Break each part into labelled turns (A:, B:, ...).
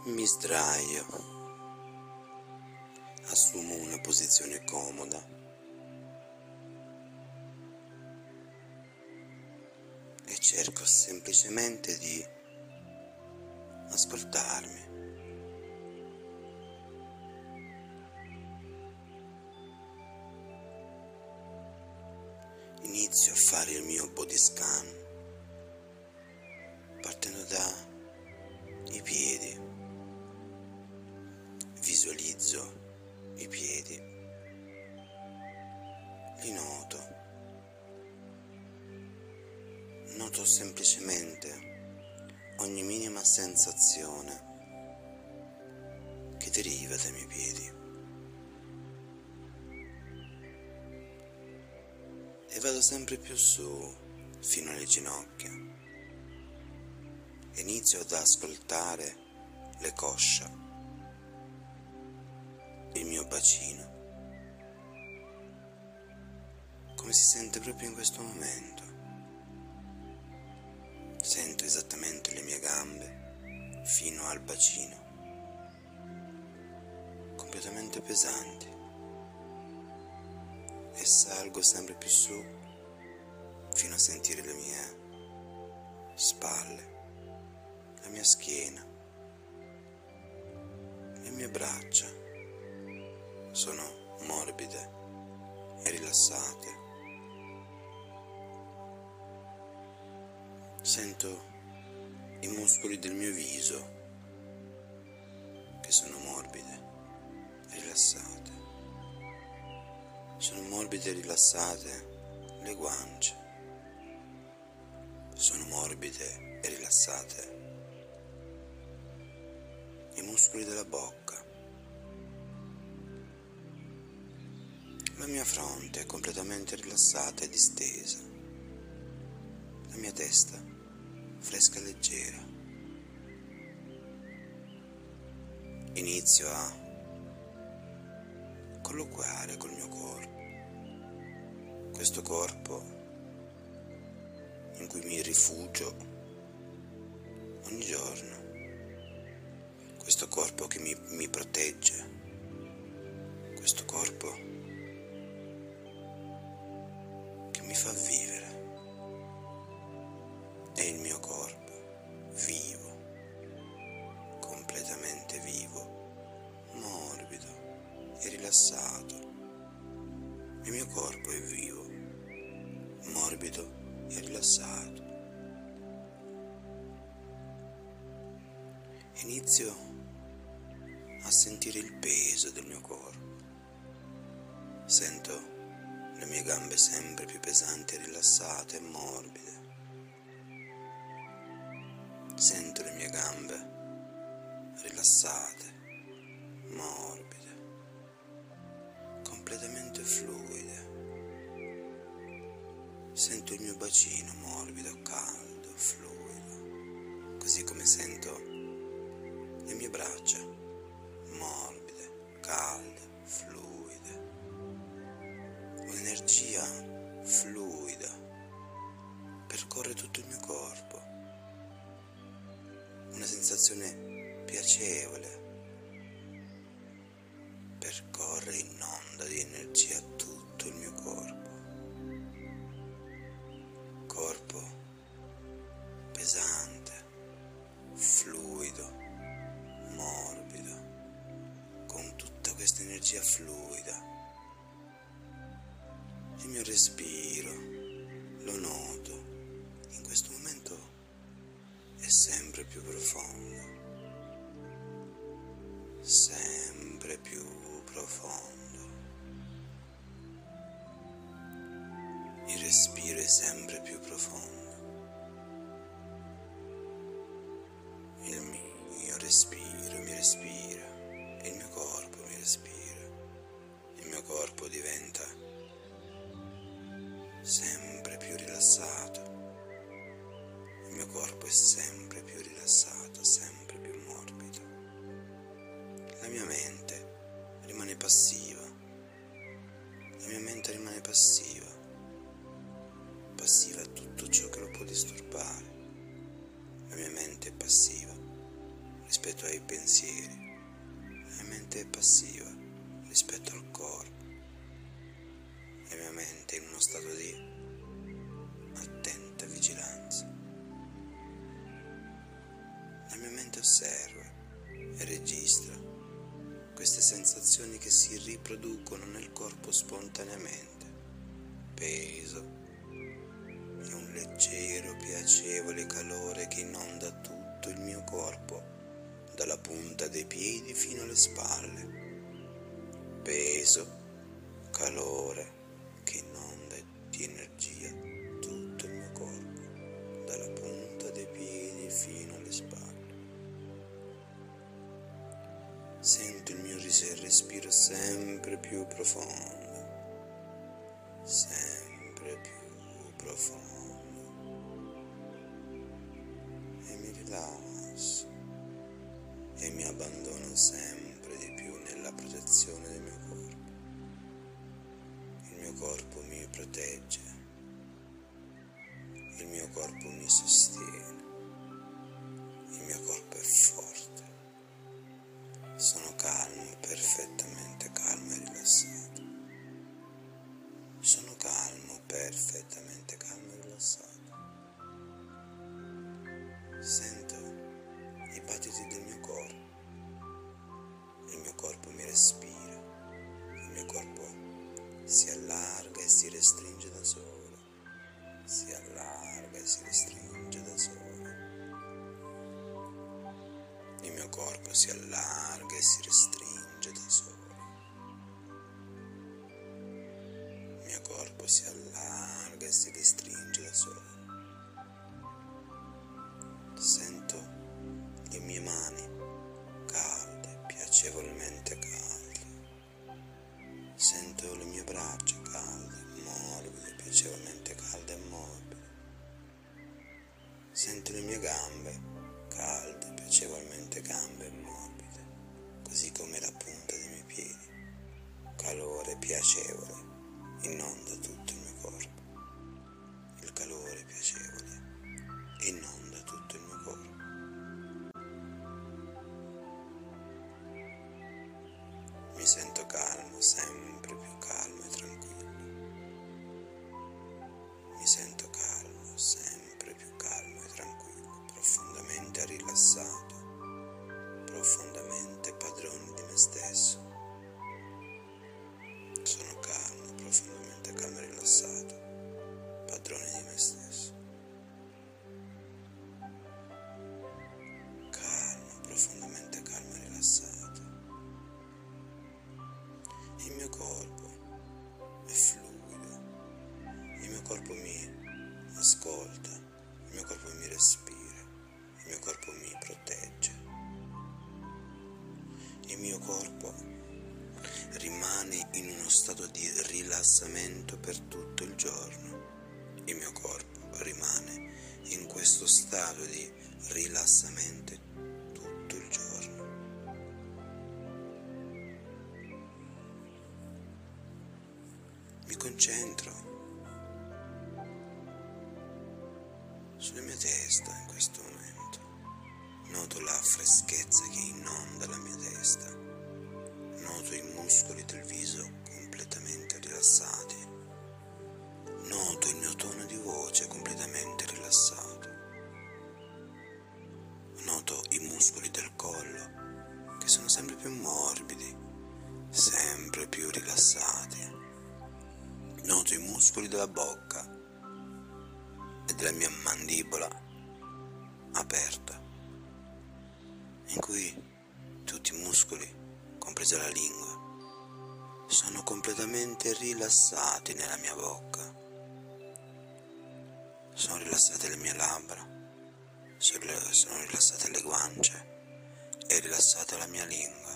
A: Mi sdraio, assumo una posizione comoda e cerco semplicemente di ascoltarmi. Inizio a fare il mio body scan partendo dai piedi. Visualizzo i piedi, li noto semplicemente ogni minima sensazione che deriva dai miei piedi e vado sempre più su fino alle ginocchia. Inizio ad ascoltare le coscia, il mio bacino, come si sente proprio in questo momento. Sento esattamente le mie gambe fino al bacino, completamente pesanti, e salgo sempre più su fino a sentire le mie spalle, la mia schiena, le mie braccia. Sono morbide e rilassate. Sento i muscoli del mio viso che sono morbide e rilassate. Sono morbide e rilassate le guance. Sono morbide e rilassate i muscoli della bocca. La mia fronte è completamente rilassata e distesa. La mia testa fresca e leggera. Inizio a colloquiare col mio corpo. Questo corpo in cui mi rifugio ogni giorno. Questo corpo che mi protegge. Questo corpo mi fa vivere. È il mio corpo vivo, completamente vivo, morbido e rilassato. Il mio corpo è vivo, morbido e rilassato. Inizio a sentire il peso del mio corpo. Sento le mie gambe sempre più pesanti e rilassate e morbide. Sento le mie gambe rilassate, morbide, completamente fluide. Sento il mio bacino morbido, caldo, fluido, così come sento le mie braccia morbide, calde, fluide. Un'energia fluida percorre tutto il mio corpo, una sensazione piacevole percorre in onda di energia tutto il mio corpo, pesante, fluido, morbido, con tutta questa energia fluida. Il mio respiro, lo noto, in questo momento è sempre più profondo, sempre più profondo. Il respiro è sempre più profondo. Il mio respiro mi respira, il mio corpo mi respira, il mio corpo diventa sempre più rilassato, il mio corpo è sempre più rilassato, sempre più morbido. La mia mente rimane passiva, passiva a tutto ciò che lo può disturbare. La mia mente è passiva rispetto ai pensieri. La mia mente è passiva rispetto al corpo. La mia mente è in uno stato di attenta vigilanza. La mia mente osserva e registra queste sensazioni che si riproducono nel corpo spontaneamente. Peso e un leggero, piacevole calore che inonda tutto il mio corpo, dalla punta dei piedi fino alle spalle. Peso, calore che inonda di energia tutto il mio corpo, dalla punta dei piedi fino alle spalle. Sento il mio respiro sempre più profondo, sempre più profondo, e mi rilasso e mi abbandono sempre di più nella protezione del mio corpo. Il mio corpo mi protegge, il mio corpo mi sostiene, il mio corpo è forte. Sono calmo, perfettamente calmo e rilassato. Sono calmo, perfettamente calmo e rilassato. Sento i battiti del mio corpo. Il mio corpo mi respira. Il mio corpo si allarga e si restringe da solo. Si allarga e si restringe da solo. Il mio corpo si allarga e si restringe da solo. Il mio corpo si allarga e si restringe da solo. Sento le mie mani calde, piacevolmente calde. Sento le mie braccia calde, morbide, piacevolmente calde e morbide. Sento le mie gambe calde, piacevolmente gambe e morbide, così come la punta dei miei piedi. Calore piacevole inonda tutto il mio corpo. Il calore piacevole inonda tutto il mio corpo. Mi sento calmo, sempre più calmo e tranquillo. Mi sento calmo, sempre più calmo e tranquillo, profondamente rilassato, profondamente padrone di me stesso. Sono calmo, profondamente calmo e rilassato, padrone di me stesso. Calmo, profondamente calmo e rilassato. Il mio corpo è fluido, il mio corpo mi ascolta, il mio corpo mi respira, il mio corpo mi protegge. Il mio corpo rimane in uno stato di rilassamento per tutto il giorno. Il mio corpo rimane in questo stato di rilassamento tutto il giorno. Mi concentro sulla mia testa in questo momento. Noto la freschezza che inonda la mia testa. Noto i muscoli del viso completamente rilassati. Noto il mio tono di voce completamente rilassato. Noto i muscoli del collo che sono sempre più morbidi, sempre più rilassati. Noto i muscoli della bocca e della mia mandibola aperta, in cui tutti i muscoli, compresa la lingua, sono completamente rilassati nella mia bocca. Sono rilassate le mie labbra, sono rilassate le guance, è rilassata la mia lingua.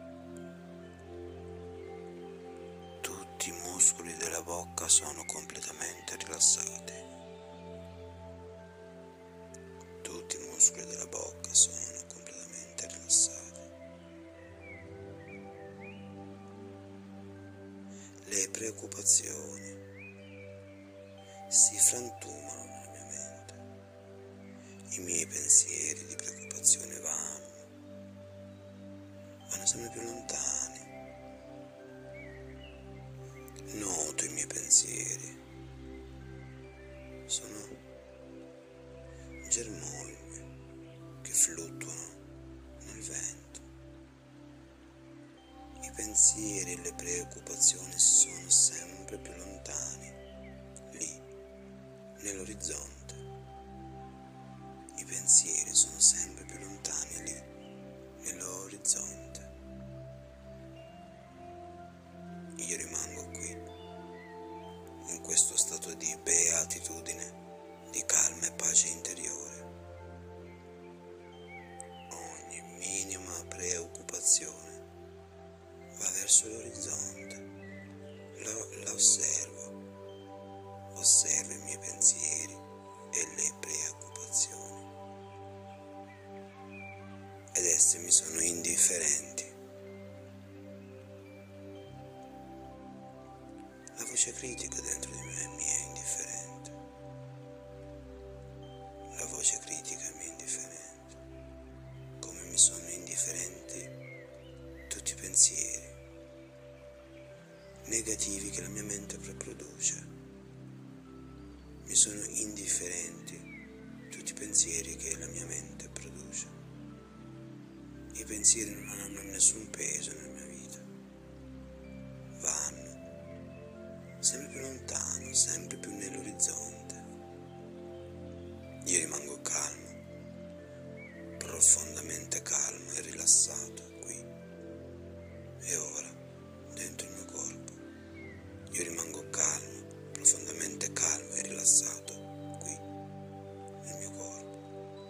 A: Tutti i muscoli della bocca sono completamente rilassati. Tutti i muscoli della bocca sono completamente rilassati. Le preoccupazioni si frantumano nella mia mente. I miei pensieri di preoccupazione vanno sempre più lontani. Noto i miei pensieri, sono germogli che fluttuano nel vento. I pensieri e le preoccupazioni sono sempre più lontani, lì, nell'orizzonte. I pensieri sono sempre più lontani, lì, nell'orizzonte. Io rimango qui, in questo stato di beatitudine, di calma e pace interiore. Ogni minima preoccupazione va verso l'orizzonte, la osservo i miei pensieri e le preoccupazioni, ed esse mi sono indifferenti. La voce critica dentro di me mi è indifferente. La voce critica mi è indifferente, come mi sono indifferenti tutti i pensieri negativi che la mia mente produce. Mi sono indifferenti tutti i pensieri che la mia mente produce. I pensieri non hanno nessun peso nella mia vita. Vanno sempre più lontano, sempre più nell'orizzonte. Io rimango calmo, profondamente calmo e rilassato qui e ora, dentro il mio corpo. Io rimango calmo, profondamente calmo e rilassato qui nel mio corpo.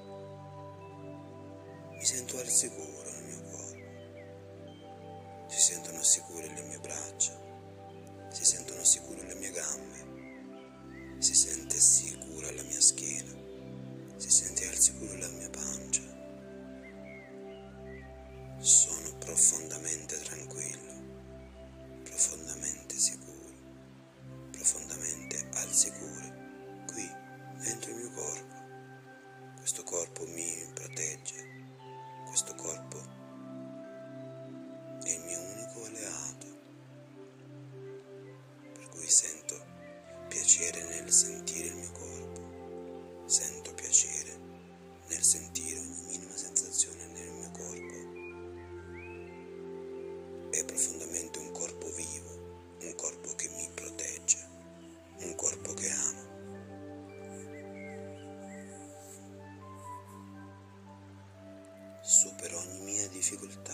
A: Mi sento al sicuro nel mio corpo. Si sentono sicure le mie braccia. Si sentono sicure le mie gambe, si sente sicura la mia schiena, si sente al sicuro la mia pancia. Sono profondamente tranquillo, profondamente sicuro, profondamente al sicuro, qui, dentro il mio corpo. Questo corpo mi protegge, questo corpo è il mio unico alleato. Sento piacere nel sentire il mio corpo, sento piacere nel sentire ogni minima sensazione nel mio corpo. È profondamente un corpo vivo, un corpo che mi protegge, un corpo che amo. Supero ogni mia difficoltà,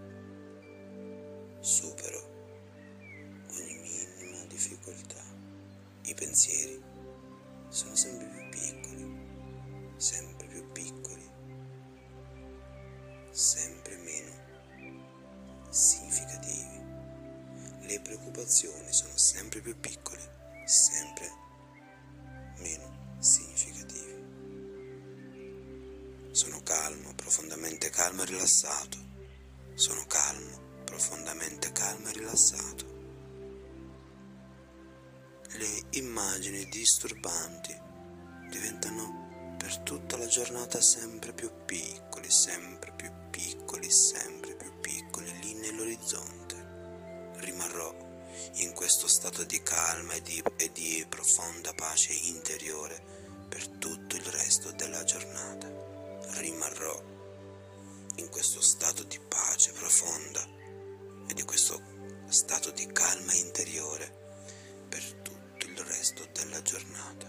A: supero ogni minima difficoltà. I pensieri sono sempre più piccoli, sempre più piccoli, sempre meno significativi. Le preoccupazioni sono sempre più piccole, sempre meno significativi. Sono calmo, profondamente calmo e rilassato. Sono calmo, profondamente calmo e rilassato. Le immagini disturbanti diventano per tutta la giornata sempre più piccoli, sempre più piccoli, sempre più piccoli, lì nell'orizzonte. Rimarrò in questo stato di calma e di profonda pace interiore per tutto il resto della giornata. Rimarrò in questo stato di pace profonda e di questo stato di calma interiore per tutto il resto della giornata.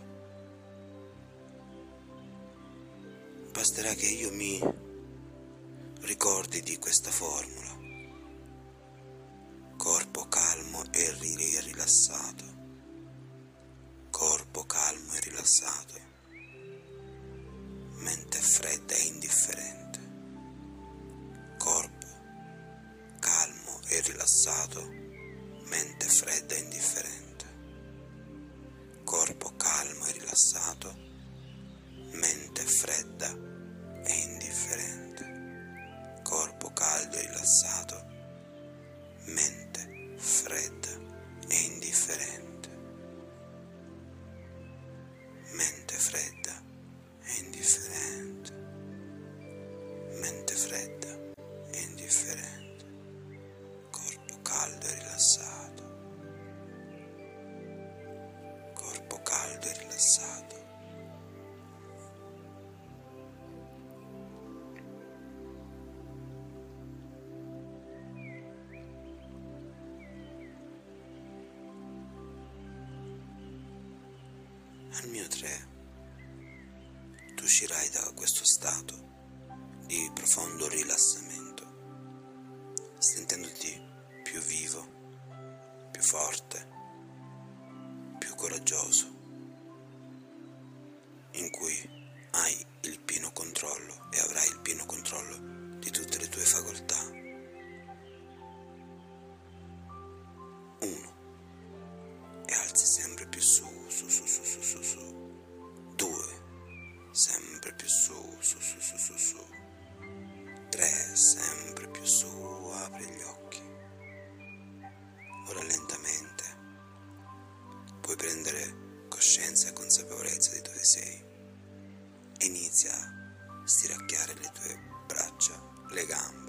A: Basterà che io mi ricordi di questa formula: corpo calmo e rilassato, corpo calmo e rilassato, mente fredda e indifferente, corpo calmo e rilassato, mente fredda e indifferente, corpo calmo e rilassato, mente fredda e indifferente, corpo caldo e rilassato, mente fredda e indifferente, mente fredda e indifferente, mente fredda e indifferente. Al mio 3 tu uscirai da questo stato di profondo rilassamento, sentendoti più vivo, più forte, più coraggioso, in cui hai il pieno controllo e avrai il pieno controllo di tutte le tue facoltà. 1. E alzi sempre più su. 2. Sempre più su. 3. Sempre più su, apri gli occhi. Ora lentamente puoi prendere coscienza e consapevolezza di dove sei e inizia a stiracchiare le tue braccia, le gambe,